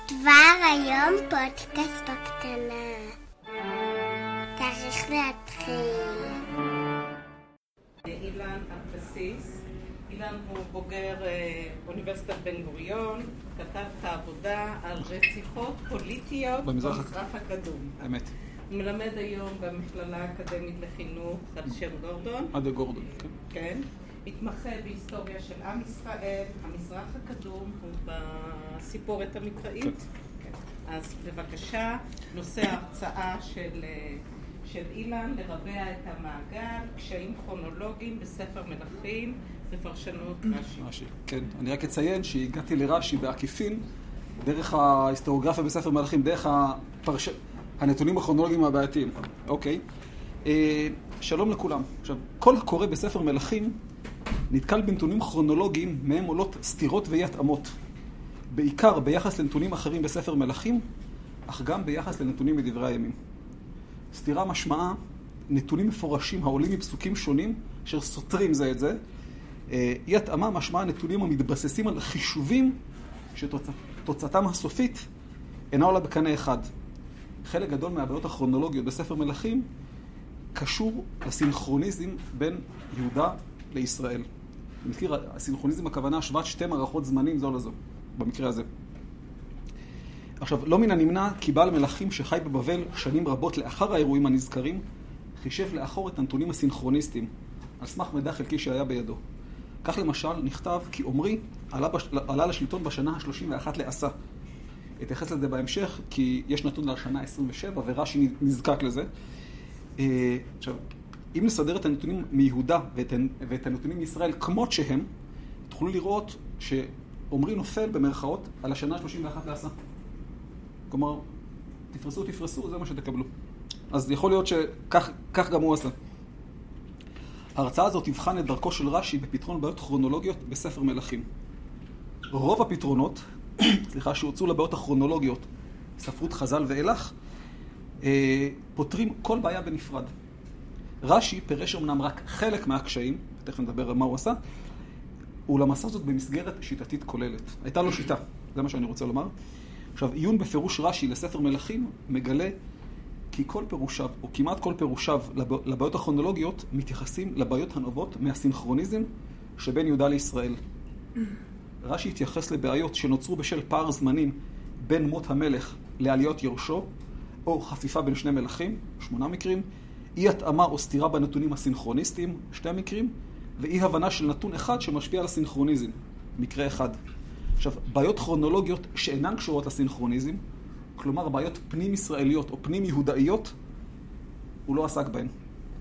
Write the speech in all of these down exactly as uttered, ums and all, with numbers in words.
דבר היום פודקאסט בקטנה. צריך להתחיל. אילן אבקסיס. אילן הוא בוגר אוניברסיטת בן גוריון, כתב את העבודה על רציחות פוליטיות במזרח הקדום. אמת. הוא מלמד היום במכללה האקדמית לחינוך על שם גורדון. עדה גורדון, כן. כן. מתמחה בהיסטוריה של עם ישראל, המזרח הקדום, בסיפורת המקראית. כן. כן. אז בבקשה, נושא ההרצאה של, של אילן, לרבע את המעגל, קשיים כרונולוגיים בספר מלכים, בפרשנות רש"י. רש"י, כן. אני רק אציין שהגעתי לרש"י בעקיפין, דרך ההיסטוריוגרפיה בספר מלכים, דרך הפרש... הנתונים הכרונולוגיים הבעייתיים. אוקיי. אה, שלום לכולם. עכשיו, כל הקורא בספר מלכים נתקל בנתונים כרונולוגיים מהם עולות סתירות ואי-התאמות. בעיקר ביחס לנתונים אחרים בספר מלכים, אך גם ביחס לנתונים מדברי הימים. סתירה משמעה נתונים מפורשים העולים מפסוקים שונים אשר סותרים זה את זה. אי-התאמה משמעה נתונים המתבססים על חישובים שתוצאתם הסופית אינה עולה בקנה אחד. חלק גדול מהבעיות הכרונולוגיות בספר מלכים קשור לסינכרוניזם בין יהודה לישראל. אני מכיר, הסינכרוניזם הכוונה השוואת שתי מערכות זמנים זו לזו, במקרה הזה. עכשיו, לא מן הנמנע כי בעל מלכים שחי בבבל שנים רבות לאחר האירועים הנזכרים, חישב לאחור את הנתונים הסינכרוניסטיים, על סמך מידע חלקי שהיה בידו. כך למשל נכתב כי עומרי עלה, בש... עלה לשלטון בשנה ה-שלושים ואחת לעשה. אתייחס לזה בהמשך, כי יש נתון לשנה עשרים ושבע, ורש"י נזקק לזה. עכשיו, אם נסדר את הנתונים מיהודה ואת, ואת הנתונים מישראל כמות שהם, תוכלו לראות שעומרי נופל במרכאות על השנה ה-שלושים ואחת לעשה. כלומר, תפרסו, תפרסו, זה מה שתקבלו. אז יכול להיות שכך כך גם הוא עשה. ההרצאה הזאת תבחן את דרכו של רש"י בפתרון בעיות כרונולוגיות בספר מלכים. רוב הפתרונות, סליחה, שהוצאו לבעיות הכרונולוגיות, ספרות חז"ל ואילך, פותרים כל בעיה בנפרד. רש"י פירש אמנם רק חלק מהקשיים, תכף נדבר על מה הוא עשה, אולם עשה זאת במסגרת שיטתית כוללת. הייתה לו שיטה, זה מה שאני רוצה לומר. עכשיו, עיון בפירוש רש"י לספר מלכים מגלה כי כל פירושיו, או כמעט כל פירושיו לבעיות הכרונולוגיות, מתייחסים לבעיות הנובעות מהסינכרוניזם שבין יהודה לישראל. רש"י התייחס לבעיות שנוצרו בשל פער זמנים בין מות המלך לעליות יורשו, או חפיפה בין שני מלכים, שמונה מקרים, אי התאמה או סתירה בנתונים הסינכרוניסטיים, שתי מקרים, ואי הבנה של נתון אחד שמשפיע על הסינכרוניזם, מקרה אחד. עכשיו, בעיות כרונולוגיות שאינן קשורות לסינכרוניזם, כלומר בעיות פנים ישראליות או פנים יהודאיות, הוא לא עסק בהן.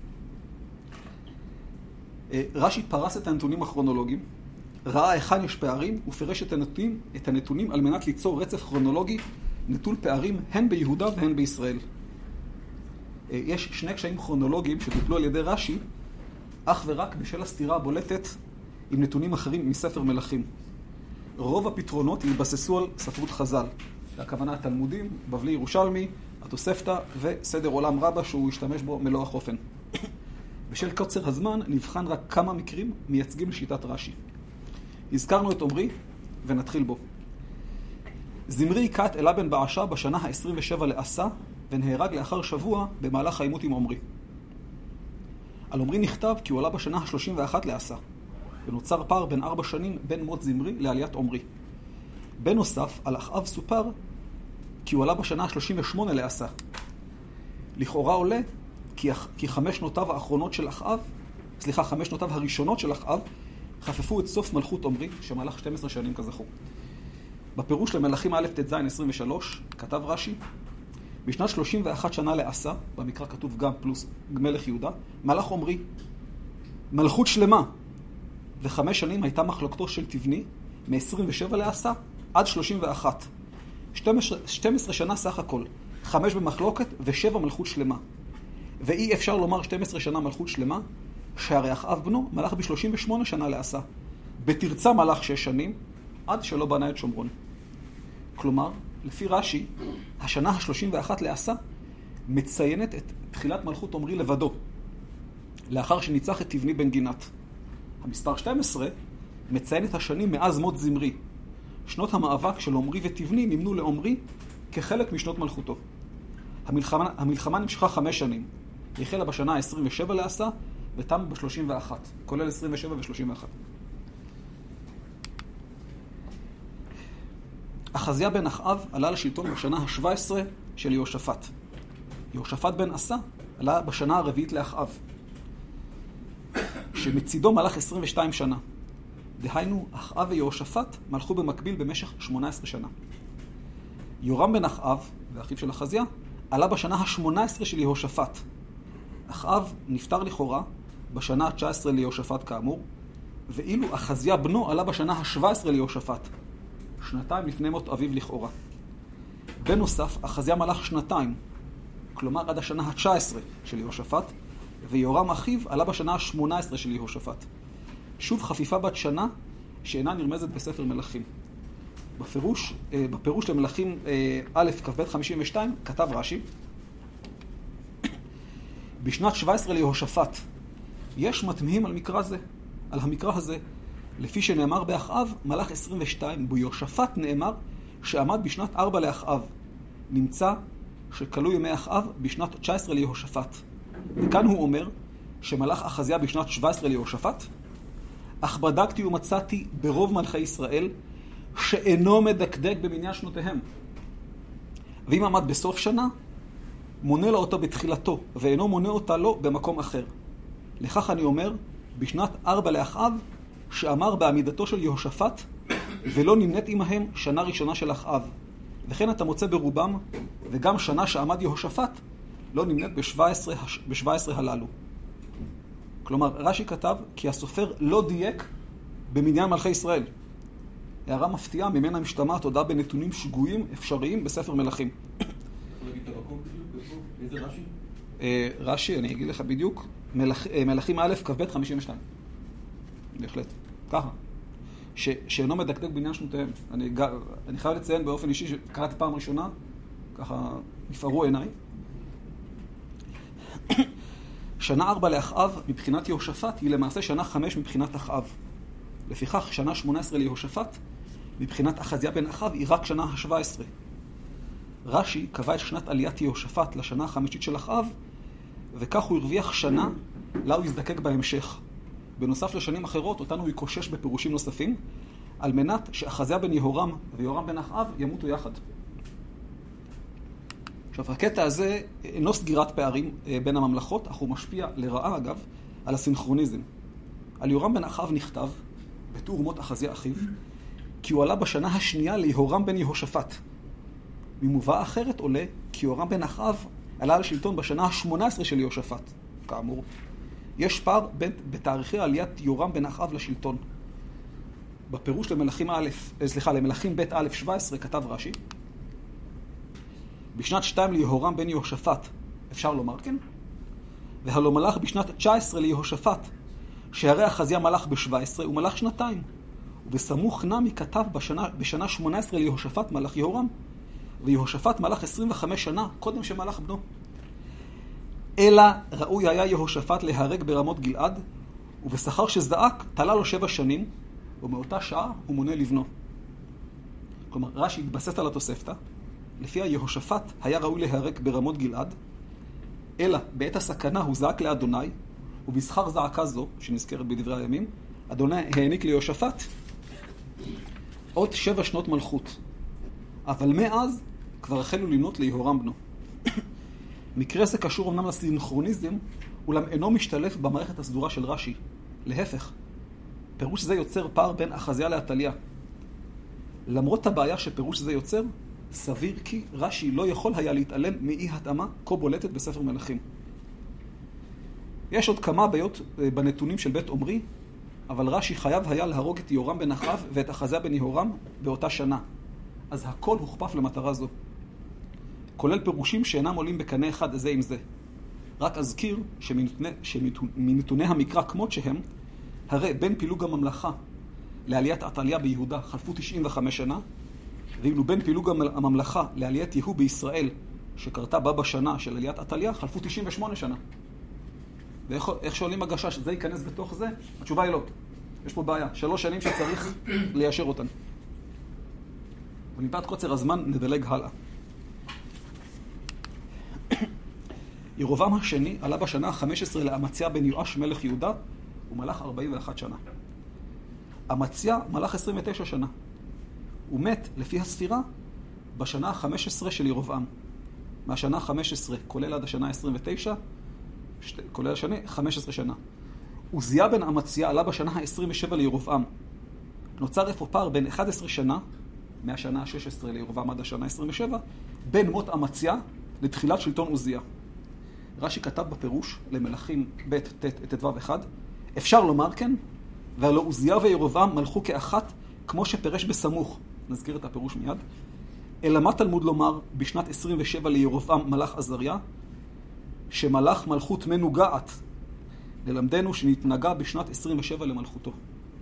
רש"י פרס את הנתונים הכרונולוגיים, ראה היכן יש פערים ופירש את הנתונים, את הנתונים על מנת ליצור רצף כרונולוגי נטול פערים הן ביהודה והן בישראל. יש שני קשיים כרונולוגיים שטופלו על ידי רש"י, אך ורק בשל הסתירה הבולטת עם נתונים אחרים מספר מלכים. רוב הפתרונות התבססו על ספרות חז"ל, הכוונה התלמודים, בבלי ירושלמי, התוספתא וסדר עולם רבה שהוא השתמש בו מלוא החופן. בשל קוצר הזמן נבחן רק כמה מקרים מייצגים לשיטת רש"י. הזכרנו את עומרי ונתחיל בו. זמרי היכה את אלה בן בעשה בשנה ה-עשרים ושבע לעשה ונהרג לאחר שבוע במהלך העימות עם עומרי. על עומרי נכתב כי הוא עלה בשנה ה-שלושים ואחת לעשה, ונוצר פער בין ארבע שנים בין מות זמרי לעליית עומרי. בנוסף, על אחאב סופר כי הוא עלה בשנה ה-שלושים ושמונה לעשה. לכאורה עולה כי, כי חמש שנותיו האחרונות של אחאב, סליחה, חמש שנותיו הראשונות של אחאב, חפפו את סוף מלכות עומרי, שמהלך שתים עשרה שנים כזכור. בפירוש למלכים א' ט"ז עשרים ושלוש, כתב רש"י, בשנת שלושים ואחת שנה לעשה, במקרא כתוב גם פלוס מלך יהודה, מלך עומרי, מלכות שלמה, וחמש שנים הייתה מחלוקתו של תבני, מ-עשרים ושבע לעשה עד שלושים ואחת. שתים עשרה שנה סך הכל, חמש במחלוקת ושבע מלכות שלמה. ואי אפשר לומר שתים עשרה שנה מלכות שלמה, שהרי אחאב בנו מלך ב-שלושים ושמונה שנה לעשה. בתרצה מלך שש שנים, עד שלא בנה את שומרון. כלומר, לפי רש"י, השנה ה-שלושים ואחת לעשה מציינת את תחילת מלכות עומרי לבדו, לאחר שניצח את תבני בן גינת. המספר שתים עשרה מציין את השנים מאז מות זמרי, שנות המאבק של עומרי ותבני נמנו לעומרי כחלק משנות מלכותו. המלחמה, המלחמה נמשכה חמש שנים. היא החלה בשנה ה-עשרים ושבע לעשה ותם ב-שלושים ואחת, כולל עשרים ושבע ו-שלושים ואחת. אחזיה בן אחאב עלה לשלטון בשנה ה-שבע עשרה של יהושפט. יהושפט בן עשה עלה בשנה הרביעית לאחאב, שמצידו מלך עשרים ושתיים שנה. דהיינו, אחאב ויהושפט מלכו במקביל במשך שמונה עשרה שנה. יורם בן אחאב, ואחיו של אחזיה, עלה בשנה ה-שמונה עשרה של יהושפט. אחאב נפטר לכאורה בשנה ה-תשע עשרה ליהושפט כאמור, ואילו אחזיה בנו עלה בשנה ה-שבע עשרה ליהושפט, שנתיים לפני מות אביו לכאורה. בנוסף, אחזיה מלך שנתיים, כלומר עד השנה ה-תשע עשרה של יהושפט, ויורם אחיו עלה בשנה ה-שמונה עשרה של יהושפט. שוב חפיפה בת שנה שאינה נרמזת בספר מלכים. בפירוש, בפירוש למלכים א' כ"ב חמישים ושתיים כתב רש"י, בשנת שבע עשרה ליהושפט יש מתמיהים על מקרא זה, על המקרא הזה, לפי שנאמר באחאב מלך עשרים ושתיים, ביהושפט נאמר שעמד בשנת ארבע לאחאב. נמצא שכלו ימי אחאב בשנת תשע עשרה ליהושפט. וכאן הוא אומר שמלך אחזיה בשנת שבע עשרה ליהושפט, אך בדקתי ומצאתי ברוב מלכי ישראל שאינו מדקדק במניין שנותיהם. ואם עמד בסוף שנה, מונה לו אותו בתחילתו, ואינו מונה אותה לו במקום אחר. לכך אני אומר, בשנת ארבע לאחאב, שאמר בעמידתו של יהושפט, ולא נמנית עמהם שנה ראשונה של אחאב. וכן אתה מוצא ברובם, וגם שנה שעמד יהושפט, לא נמנית ב-שבע עשרה הללו. כלומר, רש"י כתב כי הסופר לא דייק במניין מלכי ישראל. הערה מפתיעה ממנה משתמעת הודעה בנתונים שגויים אפשריים בספר מלכים. איזה רש"י? רש"י, אני אגיד לך בדיוק, מלכים א' כ"ב חמישים ושתיים. בהחלט. ככה. שאינו מדקדק בעניין שנותיהם. אני, אני חייב לציין באופן אישי שקראתי פעם ראשונה, ככה נפערו עיניי. שנה ארבע לאחאב מבחינת יהושפט היא למעשה שנה חמש מבחינת אחאב. לפיכך שנה שמונה עשרה ליהושפט מבחינת אחזיה בן אחאב היא רק שנה ה-שבע עשרה. רש"י קבע את שנת עליית יהושפט לשנה החמישית של אחאב, וכך הוא הרוויח שנה לה הוא יזדקק בהמשך. בנוסף לשנים אחרות אותנו הוא יקושש בפירושים נוספים, על מנת שאחזיה בן יהורם ויהורם בן אחאב ימותו יחד. עכשיו, הקטע הזה אינו סגירת פערים בין הממלכות, אך הוא משפיע לרעה, אגב, על הסינכרוניזם. על יהורם בן אחאב נכתב, בתיאור מות אחזיה אחיו, כי הוא עלה בשנה השנייה ליהורם בן יהושפט. ממובאה אחרת עולה כי יהורם בן אחאב עלה לשלטון בשנה ה-שמונה עשרה של יהושפט. כאמור, יש פער בין בתאריכי עליית יהורם בן אחאב לשלטון. בפירוש למלכים א', סליחה, למלכים ב' א' שבע עשרה כתב רש"י, בשנת שתיים ליהורם בן יהושפט, אפשר לומר כן? והלא מלך בשנת תשע עשרה ליהושפט, שהרי אחזיה מלך ב-שבע עשרה ומלך שנתיים. ובסמוך נמי כתב בשנה, בשנה שמונה עשרה ליהושפט מלך יהורם, ויהושפט מלך עשרים וחמש שנה קודם שמלך בנו. אלא ראוי היה יהושפט להרג ברמות גלעד, ובשכר שזעק תלה לו שבע שנים, ומאותה שעה הוא מונה לבנו. כלומר, רש"י התבסס על התוספתא, לפיה יהושפט היה ראוי להרג ברמות גלעד, אלא בעת הסכנה הוא זעק לאדוני, ובשכר זעקה זו, שנזכרת בדברי הימים, אדוני העניק ליהושפט עוד שבע שנות מלכות. אבל מאז כבר החלו למנות ליהורם בנו. מקרה זה קשור אמנם לסינכרוניזם, אולם אינו משתלף במערכת הסדורה של רש"י. להפך, פירוש זה יוצר פער בין אחזיה לעתליה. למרות הבעיה שפירוש זה יוצר, סביר כי רש"י לא יכול היה להתעלם מאי התאמה כה בולטת בספר מלכים. יש עוד כמה בעיות בנתונים של בית עומרי, אבל רש"י חייב היה להרוג את יהורם בן אחאב ואת אחזיה בן יהורם באותה שנה. אז הכל הוכפף למטרה זו. כולל פירושים שאינם עולים בקנה אחד זה עם זה. רק אזכיר שמנתוני, שמנתוני המקרא כמות שהם, הרי בין פילוג הממלכה לעליית עתליה ביהודה חלפו תשעים וחמש שנה, ואילו בין פילוג הממלכה לעליית יהוא בישראל, שקרתה בה בשנה של עליית עתליה, חלפו תשעים ושמונה שנה. ואיך שואלים הגשש, זה ייכנס בתוך זה? התשובה היא לא. יש פה בעיה. שלוש שנים שצריך ליישר אותן. אבל מפאת קוצר הזמן נדלג הלאה. ירובעם השני עלה בשנה ה-חמש עשרה לאמציה בן יואש מלך יהודה, הוא מלך ארבעים ואחת שנה. אמציה מלך עשרים ותשע שנה. הוא מת, לפי הספירה, בשנה ה-חמש עשרה של ירובעם. מהשנה ה-חמש עשרה, כולל עד השנה ה-עשרים ותשע, שת, כולל השנה, חמש עשרה שנה. עוזיה בן אמציה עלה בשנה ה-עשרים ושבע לירובעם. נוצר איפה פער בין אחת עשרה שנה, מהשנה ה-שש עשרה לירובעם עד השנה ה-עשרים ושבע, בין מות אמציה לתחילת שלטון עוזיה. רש"י כתב בפירוש למלכים ב' ט' ט"ו אחד, אפשר לומר כן, והלא עוזיה וירובעם מלכו כאחת, כמו שפרש בסמוך, נזכיר את הפירוש מיד, אלא מה תלמוד לומר בשנת עשרים ושבע לירובעם מלך עזריה, שמלך מלכות מנוגעת, ללמדנו שנתנגע בשנת עשרים ושבע למלכותו.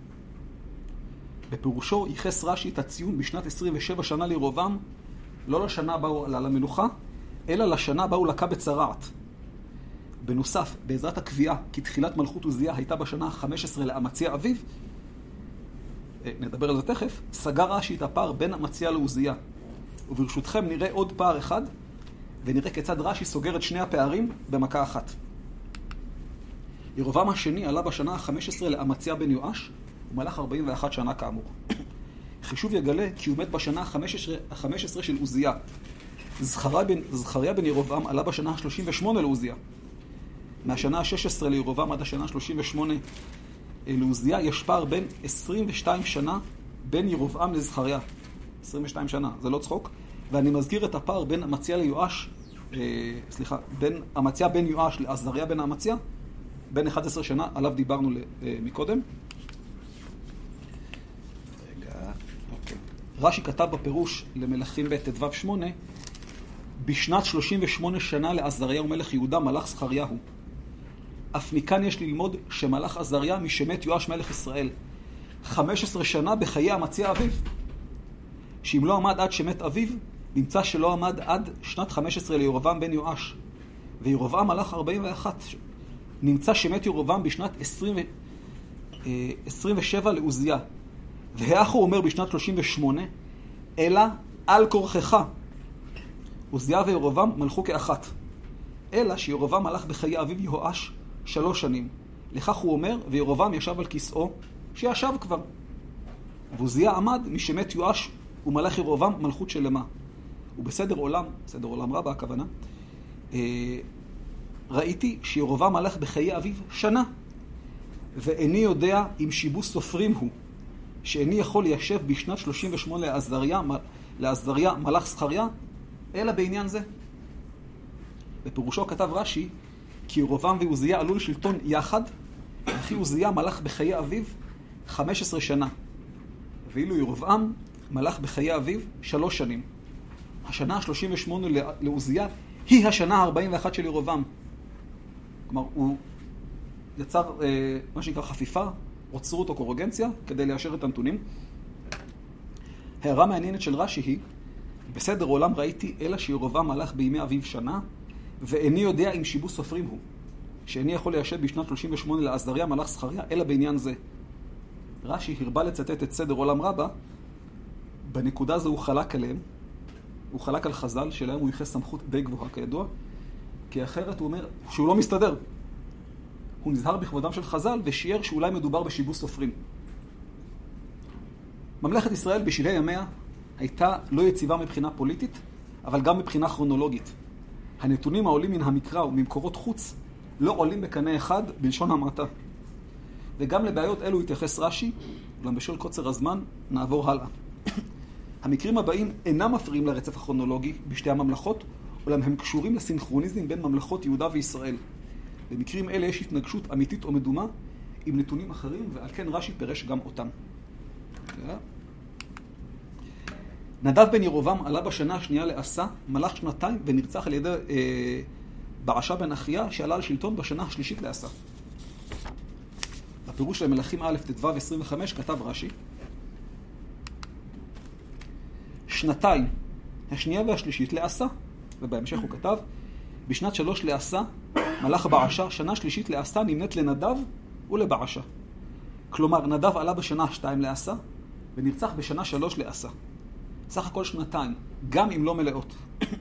בפירושו ייחס רש"י את הציון בשנת עשרים ושבע שנה לירובעם, לא לשנה בה הוא עלה למנוחה, אלא לשנה בה הוא לקה בצרעת. בנוסף, בעזרת הקביעה כי תחילת מלכות עוזיה הייתה בשנה ה-חמש עשרה לאמציה אביו, נדבר על זה תכף, סגר רש"י את הפער בין אמציה לעוזיה. וברשותכם נראה עוד פער אחד, ונראה כיצד רש"י סוגר את שני הפערים במכה אחת. ירובעם השני עלה בשנה ה-חמש עשרה לאמציה בן יואש, ומלך ארבעים ואחת שנה כאמור. חישוב יגלה כי הוא מת בשנה ה-חמש עשרה של עוזיה. זכריה בן, זכריה בן ירובעם עלה בשנה ה-שלושים ושמונה לעוזיה. מהשנה ה-שש עשרה לירובעם עד השנה ה-שלושים ושמונה לעוזיה יש פער בין עשרים ושתיים שנה בין ירובעם לזכריה. עשרים ושתיים שנה, זה לא צחוק. ואני מזכיר את הפער בין אמציה ליואש, אה, סליחה, בין אמציה בן יואש לעזריה בן אמציה, בין אחת עשרה שנה, עליו דיברנו אה, מקודם. רגע, אוקיי. רש"י כתב בפירוש למלכים ב' ט"ו שמונה, בשנת שלושים ושמונה שנה לעזריה ומלך יהודה מלך זכריהו. אף מכאן יש ללמוד שמלך עזריה משמת יואש מלך ישראל. חמש עשרה שנה בחיי אמציה אביו. שאם לא עמד עד שמת אביו, נמצא שלא עמד עד שנת חמש עשרה לירובעם בן יואש. וירובעם מלך ארבעים ואחת. נמצא שמת ירובעם בשנת עשרים ושבע לעוזיה. והאח הוא אומר בשנת שלושים ושמונה, אלא על כורכך. עוזיה וירובעם מלכו כאחת. אלא שירובעם מלך בחיי אביו יהואש שלוש שנים. לכך הוא אומר, וירובעם ישב על כיסאו, שישב כבר. ועוזיה עמד משמת יואש ומלך ירובעם מלכות שלמה. ובסדר עולם, בסדר עולם רבה הכוונה, ראיתי שירובעם מלך בחיי אביו שנה. ואיני יודע אם שיבוש סופרים הוא, שאיני יכול ליישב בשנת שלושים ושמונה לעזריה, לעזריה מלך זכריה, אלא בעניין זה. בפירושו כתב רש"י, כי ירובעם ועוזיה עלו לשלטון יחד, וכי עוזיה מלך בחיי אביו חמש עשרה שנה. ואילו ירובעם מלך בחיי אביו שלוש שנים. השנה ה-שלושים ושמונה לעוזיה היא השנה ה-ארבעים ואחת של ירובעם. כלומר, הוא יצר אה, מה שנקרא חפיפה, עוצרות או קורוגנציה, כדי ליישר את הנתונים. הערה מעניינת של רש"י היא, בסדר עולם ראיתי אלא שירובעם מלך בימי אביו שנה, ואיני יודע אם שיבוש סופרים הוא, שאיני יכול ליישב בשנת שלושים ושמונה לעזריה מלך זכריה, אלא בעניין זה. רש"י הרבה לצטט את סדר עולם רבה, בנקודה הזו הוא חלק עליהם, הוא חלק על חז"ל, שלהם הוא ייחס סמכות די גבוהה כידוע, כי אחרת הוא אומר שהוא לא מסתדר. הוא נזהר בכבודם של חז"ל ושיער שאולי מדובר בשיבוש סופרים. ממלכת ישראל בשלהי ימיה הייתה לא יציבה מבחינה פוליטית, אבל גם מבחינה כרונולוגית. הנתונים העולים מן המקרא וממקורות חוץ לא עולים בקנה אחד בלשון המעטה. וגם לבעיות אלו התייחס רש"י, אולם בשל קוצר הזמן נעבור הלאה. המקרים הבאים אינם מפריעים לרצף הכרונולוגי בשתי הממלכות, אולם הם קשורים לסינכרוניזם בין ממלכות יהודה וישראל. במקרים אלה יש התנגשות אמיתית או מדומה עם נתונים אחרים, ועל כן רש"י פירש גם אותם. נדב בן ירובעם עלה בשנה השנייה לעשה, מלך שנתיים ונרצח על ידי אה, בעשה בן אחיה, שעלה לשלטון בשנה השלישית לעשה. בפירוש למלכים א' ט"ו עשרים וחמש כתב רש"י, שנתיים, השנייה והשלישית לעשה, ובהמשך הוא כתב, בשנת שלוש לעשה, מלך בעשה, שנה שלישית לעשה נמנית לנדב ולבעשה. כלומר, נדב עלה בשנה שתיים לעשה, ונרצח בשנה שלוש לעשה. סך הכל שנתיים, גם אם לא מלאות.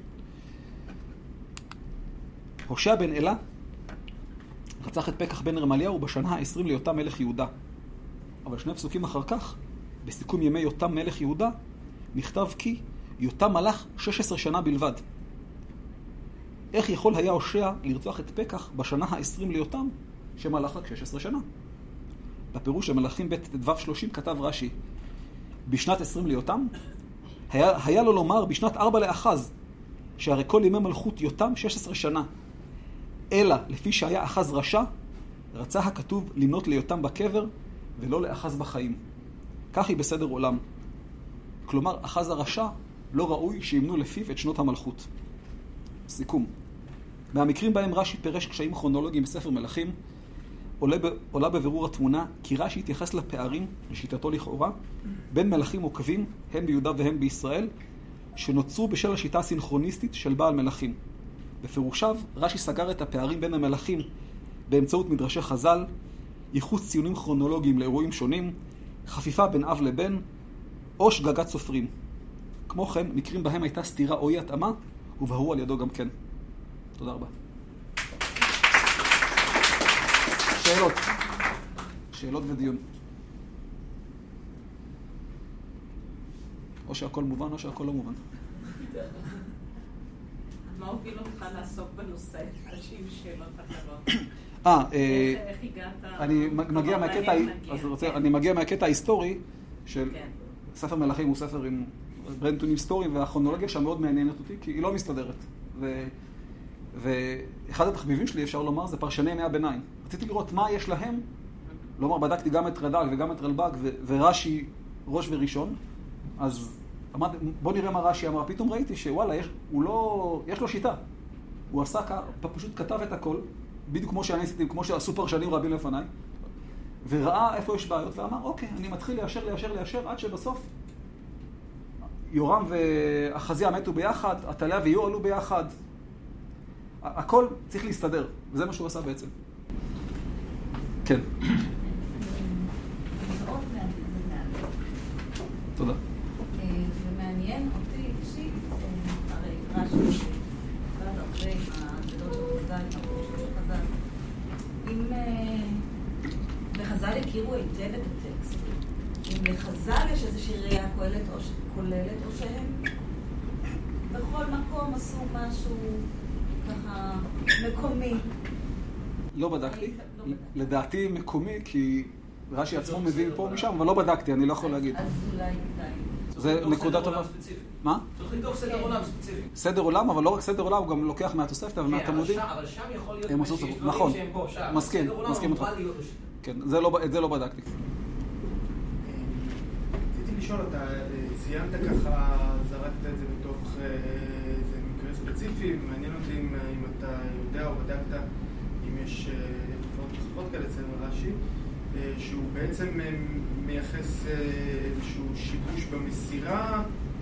הושע בן אלה רצח את פקח בן רמליהו בשנה ה-עשרים ליותם מלך יהודה. אבל שני פסוקים אחר כך, בסיכום ימי יותם מלך יהודה, נכתב כי יותם מלך שש עשרה שנה בלבד. איך יכול היה הושע לרצוח את פקח בשנה ה-עשרים ליותם, שמלך רק שש עשרה שנה? בפירוש של מלכים ב' ט"ו שלושים כתב רש"י, בשנת עשרים ליותם, היה, היה לו לומר בשנת ארבע לאחז, שהרי כל ימי מלכות יותם שש עשרה שנה. אלא, לפי שהיה אחז רשע, רצה הכתוב למנות ליותם בקבר, ולא לאחז בחיים. כך היא בסדר עולם. כלומר, אחז הרשע לא ראוי שימנו לפיו את שנות המלכות. סיכום. מהמקרים בהם רש"י פירש קשיים כרונולוגיים בספר מלכים, עולה, ב, עולה בבירור התמונה, כי רש"י התייחס לפערים, לשיטתו לכאורה, בין מלכים עוקבים, הם ביהודה והם בישראל, שנוצרו בשל השיטה הסינכרוניסטית של בעל מלכים. בפירושיו, רש"י סגר את הפערים בין המלכים באמצעות מדרשי חז"ל, ייחוס ציונים כרונולוגיים לאירועים שונים, חפיפה בין אב לבן, או שגגת סופרים. כמו כן, מקרים בהם הייתה סתירה או אי התאמה, ובהרו על ידו גם כן. תודה רבה. שאלות. שאלות ודיון. או שהכל מובן או שהכל לא מובן. מה הוביל אותך לעסוק בנושא? אנשים שאלות אחרות. אה, איך הגעת? אני מגיע מהקטע, אז רוצה, אני מגיע מהקטע ההיסטורי של ספר מלכים, הוא ספר עם נתונים היסטוריים, והכרונולוגיה שם מאוד מעניינת אותי, כי היא לא מסתדרת. ואחד התחביבים שלי, אפשר לומר, זה פרשני ימי הביניים. רציתי לראות מה יש להם, לומר, בדקתי גם את רד"ג וגם את רלב"ג, ורש"י ראש וראשון, אז אמרתי, בוא נראה מה רש"י אמר. פתאום ראיתי שוואלה, יש, הוא לא, יש לו שיטה. הוא עשה, פשוט כתב את הכל, בדיוק כמו שאני עשיתי, כמו שעשו פרשנים רבים לפניי, וראה איפה יש בעיות, ואמר, אוקיי, אני מתחיל ליישר, ליישר, ליישר, עד שבסוף יורם ואחזיה מתו ביחד, עתליה ויהוא עלו ביחד. הכל צריך להסתדר, וזה מה שהוא עשה בעצם. כן. מאוד מעניין. תודה. ומעניין אותי אישית, הרי רש"י, ועד הרבה עם הגדלות של חז"ל, עם הפרושים של חז"ל. אם בחז"ל הכירו היטב את הטקסט, אם לחז"ל יש איזושהי ראייה כוללת או כוללת, או שהם בכל מקום עשו משהו ככה מקומי. לא בדקתי. לדעתי מקומי, כי רש"י עצמו מבין פה משם, אבל לא בדקתי, אני לא יכול להגיד. אז אולי כדאי. זה נקודה טובה. מה? צריך לבדוק סדר עולם ספציפי. סדר עולם, אבל לא רק סדר עולם, הוא גם לוקח מהתוספתא ומהתלמודים. אבל שם יכול להיות הם עשו שיש סדר. נכון. דברים שהם פה, שם. מסכים, סדר עולם מסכים הוא אותך. בא להיות. כן, את זה לא בדקתי. רציתי לשאול, אתה ציינת ככה, זרקת את זה בתוך איזה מקרה ספציפי, מעניין אותי אם אתה יודע או בדקת אם יש תופעות נוספות כאלה אצל רש"י, שהוא בעצם מייחס איזשהו שיבוש במסירה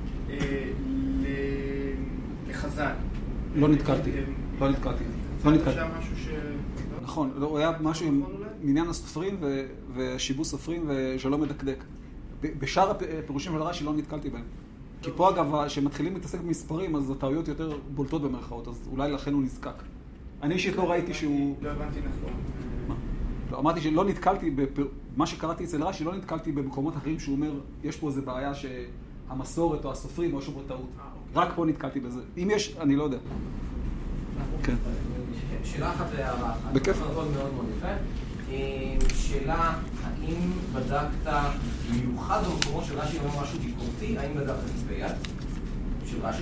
לחז"ל. לא נתקלתי, לא נתקלתי. לא נתקלתי. היה משהו ש... נכון, הוא היה משהו עם מניין הסופרים ושיבוש סופרים ושלא מדקדק. בשאר הפירושים של רש"י לא נתקלתי בהם. כי פה אגב, כשמתחילים להתעסק במספרים, אז הטעויות יותר בולטות במרכאות, אז אולי לכן הוא נזקק. אני אישית לא ראיתי שהוא... לא הבנתי נכון. מה? לא, אמרתי שלא נתקלתי, מה שקראתי אצל רש"י, לא נתקלתי במקומות אחרים שהוא אומר, יש פה איזו בעיה שהמסורת או הסופרים או שום טעות. רק פה נתקלתי בזה. אם יש, אני לא יודע. כן. שאלה אחת והערה אחת. בכיף. מאוד מאוד מאוד יפה. שאלה, האם בדקת במיוחד במקומות של רש"י אומר משהו ביקורתי, האם בדקת כתבי יד של רש"י?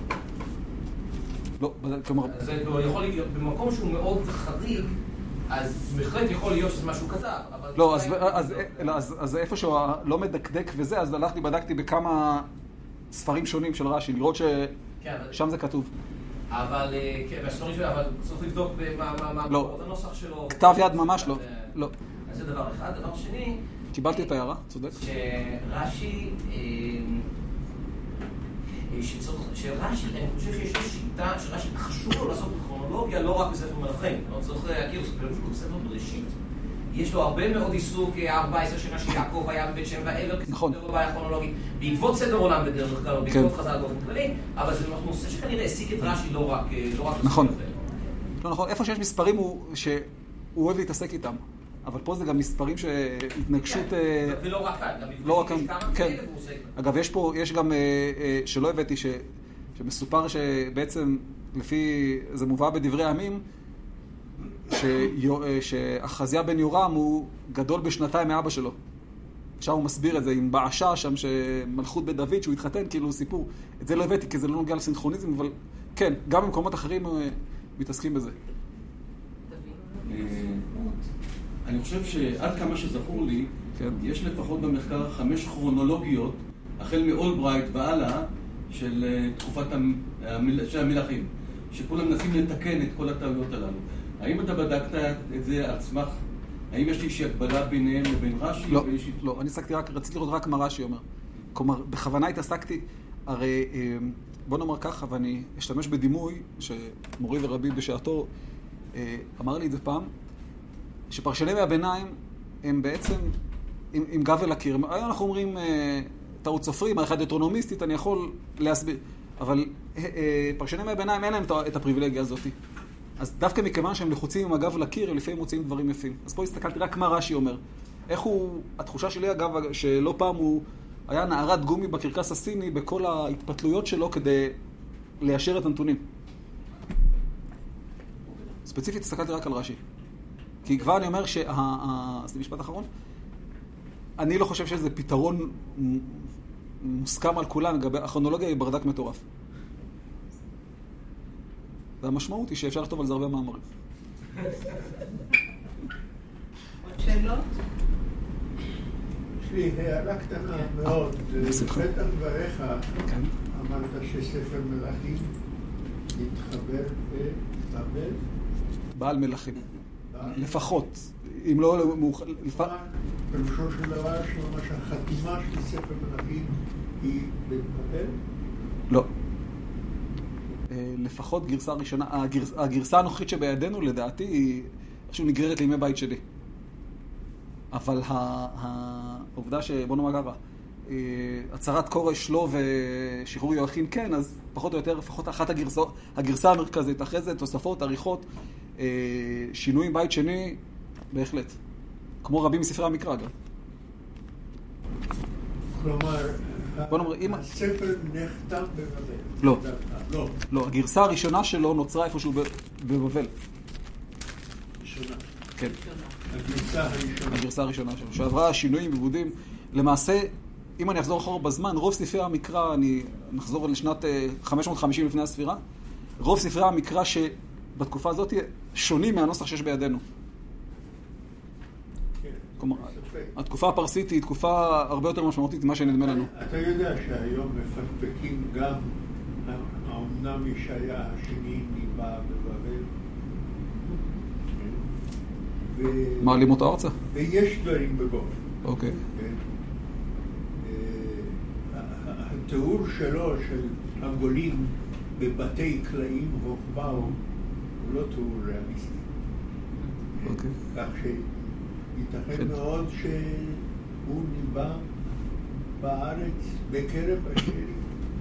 לא, כלומר... זה יכול להיות, במקום שהוא מאוד חריג, אז בהחלט יכול להיות שזה משהו כתב, אבל... לא, אז איפה שהוא לא מדקדק וזה, אז הלכתי, בדקתי בכמה ספרים שונים של רש"י, לראות ששם זה כתוב. אבל, כן, בספרים שלו, אבל צריך לבדוק מה הנוסח שלו. כתב יד ממש לא. לא. אז זה דבר אחד. דבר שני... קיבלתי את ההערה, צודק. שרש"י... שרש"י, אני חושב שיש לו שיטה, שרש"י חשוב לו לעשות בכרונולוגיה לא רק בספר מלכים. אני צריך להכיר, זה פירוש בספר בראשית. יש לו הרבה מאוד עיסוק, ארבע עשרה שנה שיעקב היה בבית שם ועבר, נכון. כסדר בעיה כרונולוגית, בעקבות סדר עולם בדרך כלל, או בעקבות חז"ל באופן כללי, אבל זה נושא שכנראה העסיק את רש"י לא רק... לא רק נכון. לא נכון, איפה שיש מספרים הוא שהוא אוהב להתעסק איתם. אבל פה זה גם מספרים שהתנגשות... ולא רק כאן, גם לא רק לפני כמה כאלה והוא עושה. אגב, יש פה, יש גם, שלא הבאתי, שמסופר שבעצם, לפי, זה מובא בדברי הימים, שאחזיה בן יורם הוא גדול בשנתיים מאבא שלו. עכשיו הוא מסביר את זה עם בעשה שם, שמלכות בית דוד, שהוא התחתן, כאילו סיפור. את זה לא הבאתי, כי זה לא נוגע לסינכרוניזם, אבל כן, גם במקומות אחרים מתעסקים בזה. אני חושב שעד כמה שזכור לי, כן. יש לפחות במחקר חמש כרונולוגיות, החל מאולברייט והלאה, של תקופת המל... של המלכים, שכולם מנסים לתקן את כל הטעויות הללו. האם אתה בדקת את זה על סמך, האם יש לי איזושהי הקבלה ביניהם לבין רש"י? לא, ויש... לא, אני עסקתי רק, רציתי לראות רק מה רש"י אומר. כלומר, בכוונה התעסקתי, הרי בוא נאמר ככה, ואני אשתמש בדימוי, שמורי ורבי בשעתו אמר לי את זה פעם, שפרשני מהביניים הם בעצם עם, עם גב אל הקיר. היום אנחנו אומרים, טעות סופרים, הערכה דטרונומיסטית, אני יכול להסביר. אבל פרשני מהביניים אין להם את הפריבילגיה הזאת. אז דווקא מכיוון שהם לחוצים עם הגב לקיר, הם לפעמים מוצאים דברים יפים. אז פה הסתכלתי רק מה רש"י אומר. איך הוא, התחושה שלי אגב, שלא פעם הוא היה נערת גומי בקרקס הסיני בכל ההתפתלויות שלו כדי ליישר את הנתונים. ספציפית הסתכלתי רק על רש"י. כי כבר אני אומר שה... זה משפט אחרון. אני לא חושב שזה פתרון מוסכם על כולם, לגבי הכרונולוגיה היא ברדק מטורף. והמשמעות היא שאפשר לכתוב על זה הרבה מאמרים. עוד שאלות? יש לי הערה קטנה מאוד. בפתח דבריך אמרת שספר מלכים התחבר בבבל? בעל מלכים. לפחות. אם לא... פירושו של דבר שממש החתימה של ספר מלכים היא בבבל? לא. לפחות גרסה ראשונה, הגרס, הגרסה הנוכחית שבידינו לדעתי היא איכשהו נגררת לימי בית שלי. אבל העובדה שבוא נאמר גבה, הצהרת כורש לא ושחרור יואכין כן, אז פחות או יותר לפחות אחת הגרסות, הגרסה המרכזית, אחרי זה תוספות, עריכות, שינויים בית שני, בהחלט. כמו רבים מספרי המקרא גם. כלומר, בוא נאמר, אם... הספר נחתם בבבל. לא. לא. לא, הגרסה הראשונה שלו נוצרה איפשהו בבבל. ראשונה. כן. הגרסה הראשונה. הגרסה הראשונה שלו. שעברה שינויים ועיבודים. למעשה, אם אני אחזור אחורה בזמן, רוב ספרי המקרא, אני נחזור לשנת חמש מאות וחמישים לפני הספירה, רוב ספרי המקרא שבתקופה הזאת שונים מהנוסח שיש בידינו. כלומר, התקופה הפרסית היא תקופה הרבה יותר משמעותית ממה שנדמה לנו. אתה יודע שהיום מפקפקים גם האומנם ישעיה השני ניבא בבבל. מעלים אותו ארצה? ויש דברים בגוף. אוקיי. התיאור שלו של הגולים בבתי קלעים רוחבאו הוא לא תיאור ריאליסטי. אוקיי. כך שייתכן מאוד שהוא ניבא בארץ בקרב השני.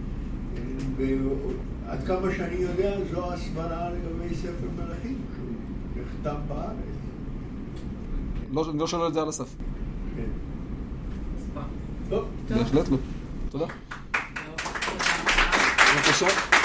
עד כמה שאני יודע, זו הסברה לגבי ספר מלכים, שהוא נחתם בארץ. אני לא שואל את זה על הסף. כן. טוב. בהחלט לא. תודה. בבקשה.